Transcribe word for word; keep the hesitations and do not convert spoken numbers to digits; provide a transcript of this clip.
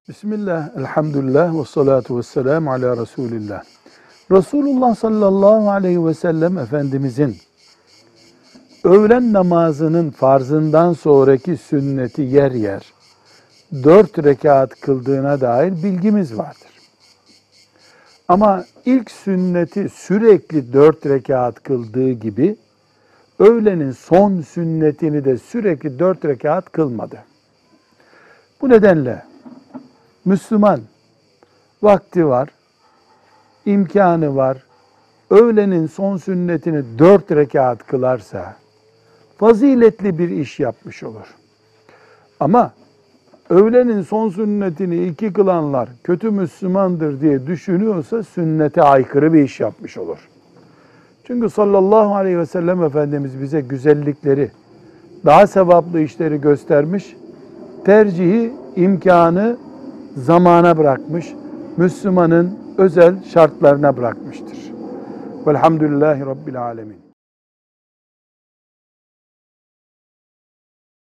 Bismillah, elhamdülillah, ve salatu ve selamu ala Resulillah. Resulullah sallallahu aleyhi ve sellem Efendimizin öğlen namazının farzından sonraki sünneti yer yer dört rekat kıldığına dair bilgimiz vardır. Ama ilk sünneti sürekli dört rekat kıldığı gibi öğlenin son sünnetini de sürekli dört rekat kılmadı. Bu nedenle Müslüman vakti var, imkanı var, öğlenin son sünnetini dört rekat kılarsa faziletli bir iş yapmış olur. Ama öğlenin son sünnetini iki kılanlar kötü Müslümandır diye düşünüyorsa sünnete aykırı bir iş yapmış olur. Çünkü sallallahu aleyhi ve sellem Efendimiz bize güzellikleri, daha sevaplı işleri göstermiş, tercihi, imkanı zamana bırakmış, Müslümanın özel şartlarına bırakmıştır. Velhamdülillahi Rabbil alemin.